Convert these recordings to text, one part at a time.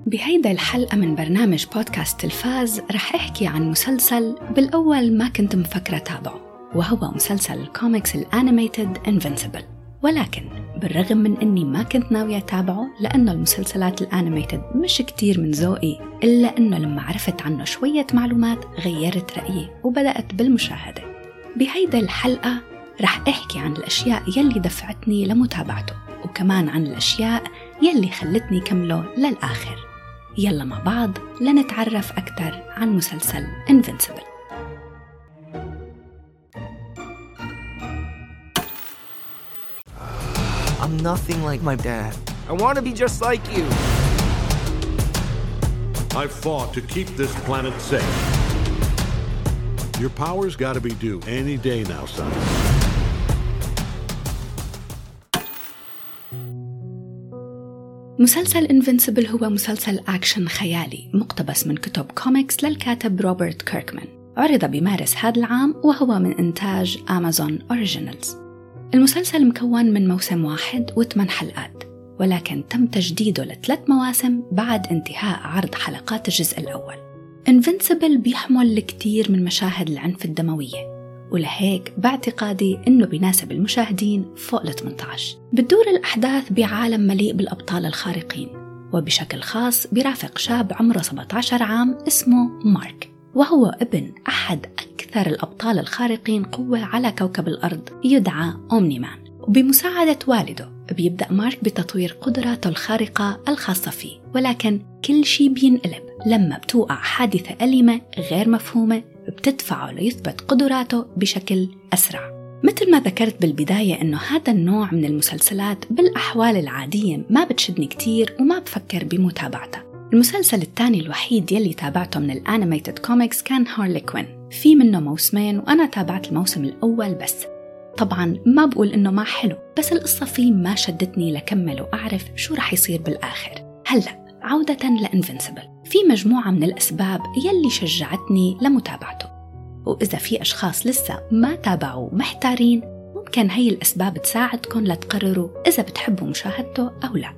بهيدا الحلقة من برنامج بودكاست تلفاز رح أحكي عن مسلسل بالأول ما كنت مفكرة تابعه، وهو مسلسل الكوميكس الانيميتد Invincible. ولكن بالرغم من أني ما كنت ناوية أتابعه لأنه المسلسلات الانيميتد مش كتير من ذوقي، إلا أنه لما عرفت عنه شوية معلومات غيرت رأيي وبدأت بالمشاهدة. بهيدا الحلقة رح أحكي عن الأشياء يلي دفعتني لمتابعته، وكمان عن الأشياء يلي خلتني كمله للآخر. يلا مع بعض لنتعرف أكثر عن مسلسل Invincible. I'm nothing like my dad. I want to be just like you. I fought to keep this planet safe. Your power's got to be due any day now, son. مسلسل Invincible هو مسلسل أكشن خيالي مقتبس من كتب كوميكس للكاتب روبرت كيركمان. عرض بمارس هذا العام وهو من إنتاج أمازون أوريجينالز. المسلسل مكون من موسم واحد و8 حلقات، ولكن تم تجديده ل3 مواسم بعد انتهاء عرض حلقات الجزء الأول. Invincible بيحمل الكثير من مشاهد العنف الدموية، ولهيك باعتقادي إنه بيناسب المشاهدين فوق 18. بتدور الأحداث بعالم مليء بالأبطال الخارقين، وبشكل خاص بيرافق شاب عمره 17 عام اسمه مارك، وهو ابن أحد أكثر الأبطال الخارقين قوة على كوكب الأرض يدعى أومني مان. وبمساعدة والده بيبدأ مارك بتطوير قدراته الخارقة الخاصة فيه، ولكن كل شيء بينقلب لما بتوقع حادثة أليمة غير مفهومة بتدفعه ليثبت قدراته بشكل أسرع. مثل ما ذكرت بالبداية إنه هذا النوع من المسلسلات بالأحوال العادية ما بتشدني كتير وما بفكر بمتابعته. المسلسل الثاني الوحيد يلي تابعته من الانيميتد كوميكس كان هارلي كوين، في منه موسمين وأنا تابعت الموسم الأول بس. طبعاً ما بقول إنه ما حلو، بس القصة فيه ما شدتني لكمل وأعرف شو رح يصير بالآخر. هلأ عودة لإنفنسبل، في مجموعة من الأسباب يلي شجعتني لمتابعته، وإذا في أشخاص لسه ما تابعوا محتارين ممكن هاي الأسباب تساعدكم لتقرروا إذا بتحبوا مشاهدته أو لا.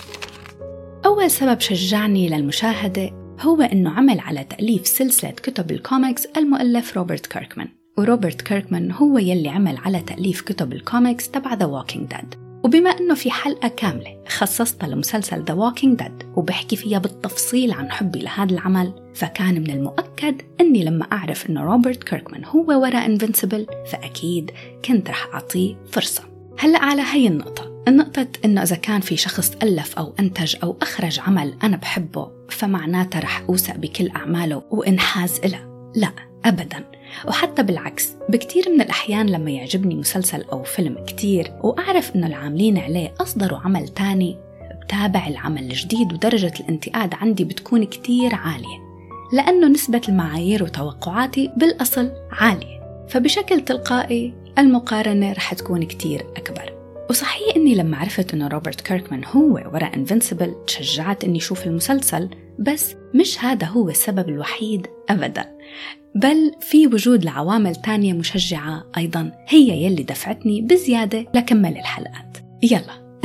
أول سبب شجعني للمشاهدة هو إنه عمل على تأليف سلسلة كتب الكوميكس المؤلف روبرت كيركمان، وروبرت كيركمان هو يلي عمل على تأليف كتب الكوميكس تبع The Walking Dead. وبما أنه في حلقة كاملة خصصتها لمسلسل The Walking Dead وبحكي فيها بالتفصيل عن حبي لهذا العمل، فكان من المؤكد أني لما أعرف أنه روبرت كيركمان هو وراء Invincible فأكيد كنت رح أعطيه فرصة. هلأ على هاي النقطة أنه إذا كان في شخص ألف أو أنتج أو أخرج عمل أنا بحبه فمعناته رح أوثق بكل أعماله وإنحاز إله. لا أبداً، وحتى بالعكس، بكتير من الأحيان لما يعجبني مسلسل أو فيلم كتير وأعرف إنه العاملين عليه أصدروا عمل تاني بتابع العمل الجديد، ودرجة الانتقاد عندي بتكون كتير عالية لأنه نسبة المعايير وتوقعاتي بالأصل عالية، فبشكل تلقائي المقارنة رح تكون كتير أكبر. وصحيح إني لما عرفت إنه روبرت كيركمان هو وراء Invincible تشجعت إني شوف المسلسل، بس مش هذا هو السبب الوحيد أبداً، بل في وجود لعوامل تانية مشجعة أيضاً هي يلي دفعتني بزيادة لكمل الحلقات. يلا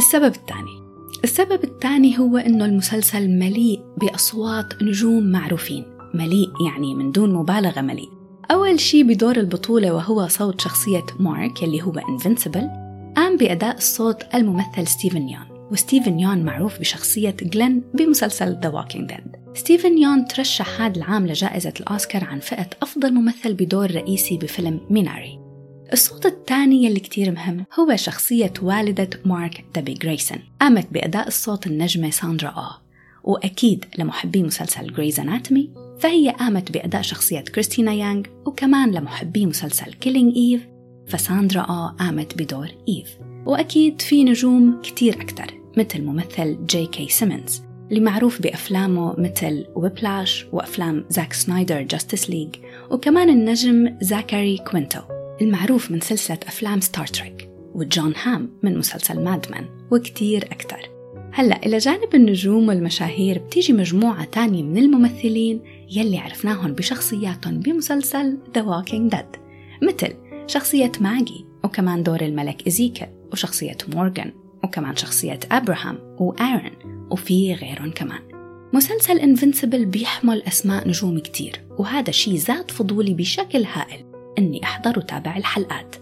السبب الثاني هو إنه المسلسل مليء بأصوات نجوم معروفين، مليء يعني من دون مبالغة مليء. أول شي بدور البطولة وهو صوت شخصية مارك يلي هو Invincible، قام بأداء الصوت الممثل ستيفن يون، وستيفن يون معروف بشخصية غلين بمسلسل The Walking Dead. ستيفن يون ترشح هذا العام لجائزة الأوسكار عن فئة أفضل ممثل بدور رئيسي بفيلم ميناري. الصوت الثاني يلي كتير مهم هو شخصية والدة مارك دابي غريسون، قامت بأداء الصوت النجمة ساندرا وأكيد لمحبي مسلسل غريز أناتومي فهي قامت بأداء شخصية كريستينا يانغ، وكمان لمحبي مسلسل كيلينج إيف فساندرا قامت بدور إيف. وأكيد في نجوم كتير أكتر مثل ممثل جي كي سيمنز اللي معروف بأفلامه مثل ويبلاش وأفلام زاك سنايدر جاستس ليج، وكمان النجم زاكاري كوينتو المعروف من سلسلة أفلام ستار تريك، وجون هام من مسلسل مادمان، وكتير أكتر. هلأ إلى جانب النجوم والمشاهير بتيجي مجموعة تانية من الممثلين يلي عرفناهم بشخصياتهم بمسلسل The Walking Dead، مثل شخصية ماجي، وكمان دور الملك إزيكل، وشخصية مورغان، وكمان شخصية أبراهام وآرون، وفي غيرهم كمان. مسلسل انفنسبل بيحمل أسماء نجوم كتير، وهذا شيء زاد فضولي بشكل هائل إني أحضر وتابع الحلقات.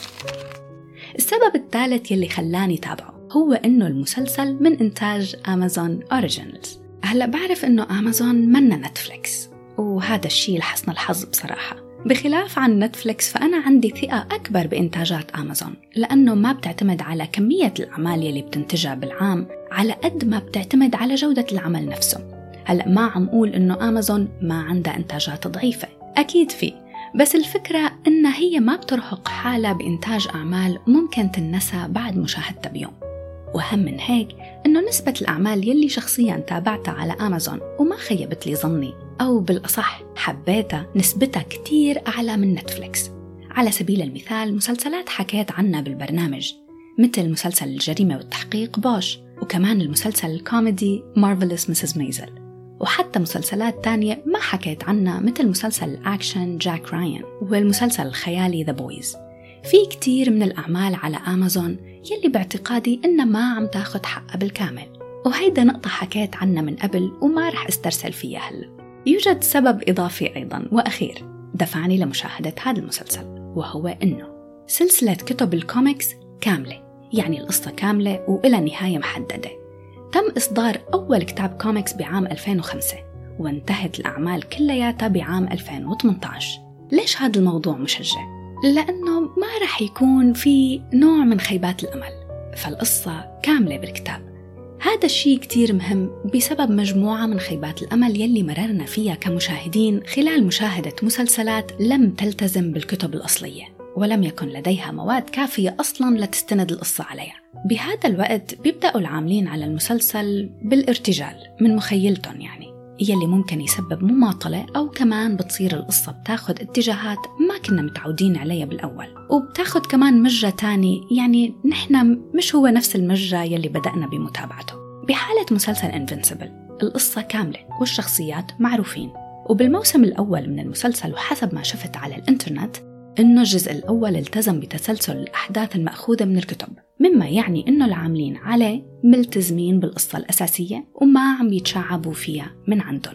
السبب الثالث يلي خلاني تابعه هو إنه المسلسل من إنتاج أمازون أوريجينالز. هلأ بعرف إنه أمازون منا نتفليكس، وهذا الشيء لحسن الحظ بصراحة. بخلاف عن نتفليكس فأنا عندي ثقة أكبر بإنتاجات أمازون، لأنه ما بتعتمد على كمية الأعمال يلي بتنتجها بالعام على قد ما بتعتمد على جودة العمل نفسه. هلأ ما عم أقول إنه أمازون ما عندها إنتاجات ضعيفة، أكيد فيه، بس الفكرة إن هي ما بترهق حالها بإنتاج أعمال ممكن تنسى بعد مشاهدتها بيوم. وهم من هيك إنه نسبة الأعمال يلي شخصياً تابعتها على أمازون وما خيبت لي ظني، أو بالأصح حبيتها، نسبتها كتير أعلى من نتفليكس. على سبيل المثال مسلسلات حكيت عنها بالبرنامج مثل مسلسل الجريمة والتحقيق بوش، وكمان المسلسل الكوميدي Marvelous Mrs. Maisel، وحتى مسلسلات تانية ما حكيت عنها مثل مسلسل الأكشن جاك راين والمسلسل الخيالي The Boys. في كتير من الأعمال على أمازون يلي باعتقادي إنها ما عم تاخد حقها بالكامل، وهيدا نقطة حكيت عنها من قبل وما رح استرسل فيها هلأ. يوجد سبب إضافي أيضاً وأخير دفعني لمشاهدة هذا المسلسل، وهو إنه سلسلة كتب الكوميكس كاملة، يعني القصة كاملة وإلى نهاية محددة. تم إصدار أول كتاب كوميكس بعام 2005 وانتهت الأعمال كلياتها بعام 2018. ليش هذا الموضوع مشجع؟ لأنه ما رح يكون في نوع من خيبات الأمل، فالقصة كاملة بالكتاب. هذا الشيء كتير مهم بسبب مجموعة من خيبات الأمل يلي مررنا فيها كمشاهدين خلال مشاهدة مسلسلات لم تلتزم بالكتب الأصلية ولم يكن لديها مواد كافية أصلاً لتستند القصة عليها. بهذا الوقت بيبدأوا العاملين على المسلسل بالارتجال من مخيلتهم، يعني يلي ممكن يسبب مماطلة، أو كمان بتصير القصة بتاخد اتجاهات ما كنا متعودين عليها بالأول، وبتاخد كمان مجرى تاني، يعني نحن مش هو نفس المجرى يلي بدأنا بمتابعته. بحالة مسلسل انفنسبل القصة كاملة والشخصيات معروفين، وبالموسم الأول من المسلسل وحسب ما شفت على الإنترنت إنه الجزء الأول التزم بتسلسل الأحداث المأخوذة من الكتب، مما يعني إنه العاملين عليه ملتزمين بالقصة الأساسية وما عم يتشعبوا فيها من عندهم.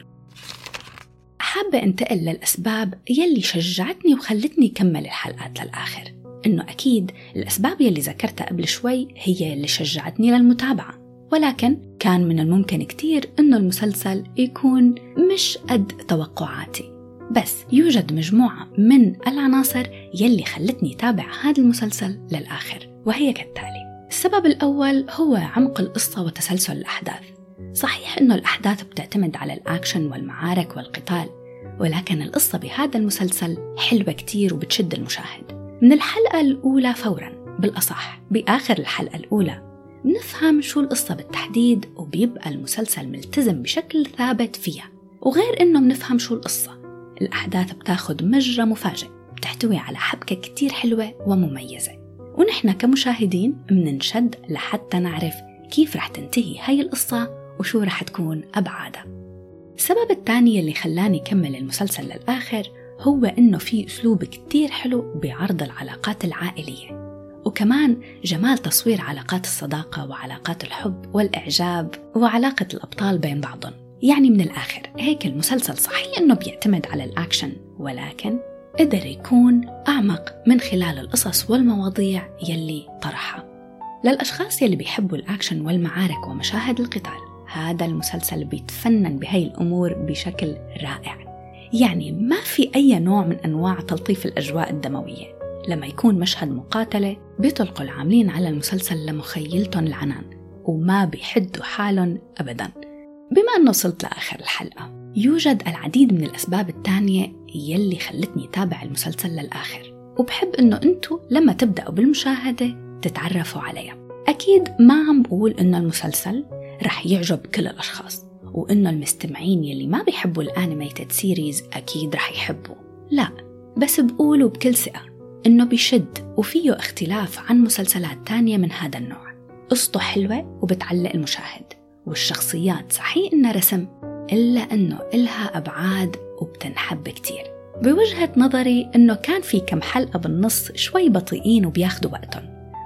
حابة انتقل للأسباب يلي شجعتني وخلتني كمل الحلقات للآخر. إنه أكيد الأسباب يلي ذكرتها قبل شوي هي اللي شجعتني للمتابعة، ولكن كان من الممكن كتير إنه المسلسل يكون مش قد توقعاتي. بس يوجد مجموعة من العناصر يلي خلتني تابع هذا المسلسل للآخر، وهي كالتالي. السبب الأول هو عمق القصة وتسلسل الأحداث. صحيح إنه الأحداث بتعتمد على الأكشن والمعارك والقتال، ولكن القصة بهذا المسلسل حلوة كتير وبتشد المشاهد. من الحلقة الأولى فوراً، بالأصح بآخر الحلقة الأولى، نفهم شو القصة بالتحديد، وبيبقى المسلسل ملتزم بشكل ثابت فيها. وغير إنه منفهم شو القصة، الأحداث بتاخد مجرى مفاجئ بتحتوي على حبكة كتير حلوة ومميزة، ونحن كمشاهدين مننشد لحتى نعرف كيف رح تنتهي هاي القصة وشو رح تكون أبعادها. السبب الثاني اللي خلاني كمل المسلسل للآخر هو إنه في أسلوب كتير حلو بعرض العلاقات العائلية، وكمان جمال تصوير علاقات الصداقة وعلاقات الحب والإعجاب وعلاقة الأبطال بين بعضهم. يعني من الآخر هيك المسلسل صحيح إنه بيعتمد على الأكشن، ولكن قدر يكون أعمق من خلال القصص والمواضيع يلي طرحها. للأشخاص يلي بيحبوا الأكشن والمعارك ومشاهد القتال، هذا المسلسل بيتفنن بهاي الأمور بشكل رائع. يعني ما في أي نوع من أنواع تلطيف الأجواء الدموية. لما يكون مشهد مقاتلة بيطلقوا العاملين على المسلسل لمخيلتهم العنان وما بيحدوا حالهم أبداً. بما أنه وصلت لآخر الحلقة، يوجد العديد من الأسباب التانية يلي خلتني تابع المسلسل للآخر، وبحب أنه أنتوا لما تبدأوا بالمشاهدة تتعرفوا عليها. أكيد ما عم بقول أنه المسلسل رح يعجب كل الأشخاص، وأنه المستمعين يلي ما بيحبوا الأنيميتد سيريز أكيد رح يحبوا، لا، بس بقولوا بكل ثقة أنه بيشد وفيه اختلاف عن مسلسلات تانية من هذا النوع. قصته حلوة وبتعلق المشاهد، والشخصيات صحيح إنها رسم، إلا أنه إلها أبعاد وبتنحب كتير. بوجهة نظري أنه كان في كم حلقة بالنص شوي بطيئين وبياخدوا وقتهم،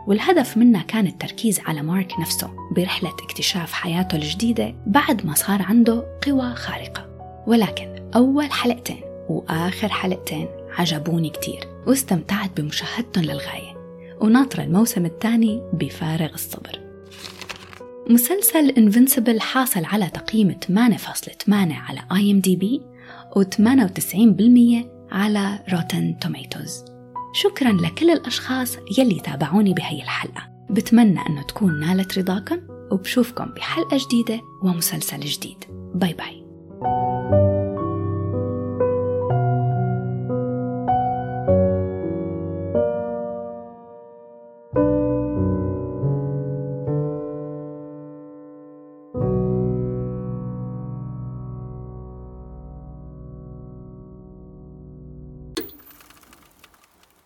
والهدف منها كان التركيز على مارك نفسه برحلة اكتشاف حياته الجديدة بعد ما صار عنده قوى خارقة. ولكن أول حلقتين وآخر حلقتين عجبوني كتير واستمتعت بمشاهدتهم للغاية، وناطرة الموسم الثاني بفارغ الصبر. مسلسل Invincible حاصل على تقييم 8.8 على IMDb و98% على Rotten Tomatoes. شكراً لكل الأشخاص يلي تابعوني بهاي الحلقة، بتمنى أنه تكون نالت رضاكم، وبشوفكم بحلقة جديدة ومسلسل جديد. باي باي.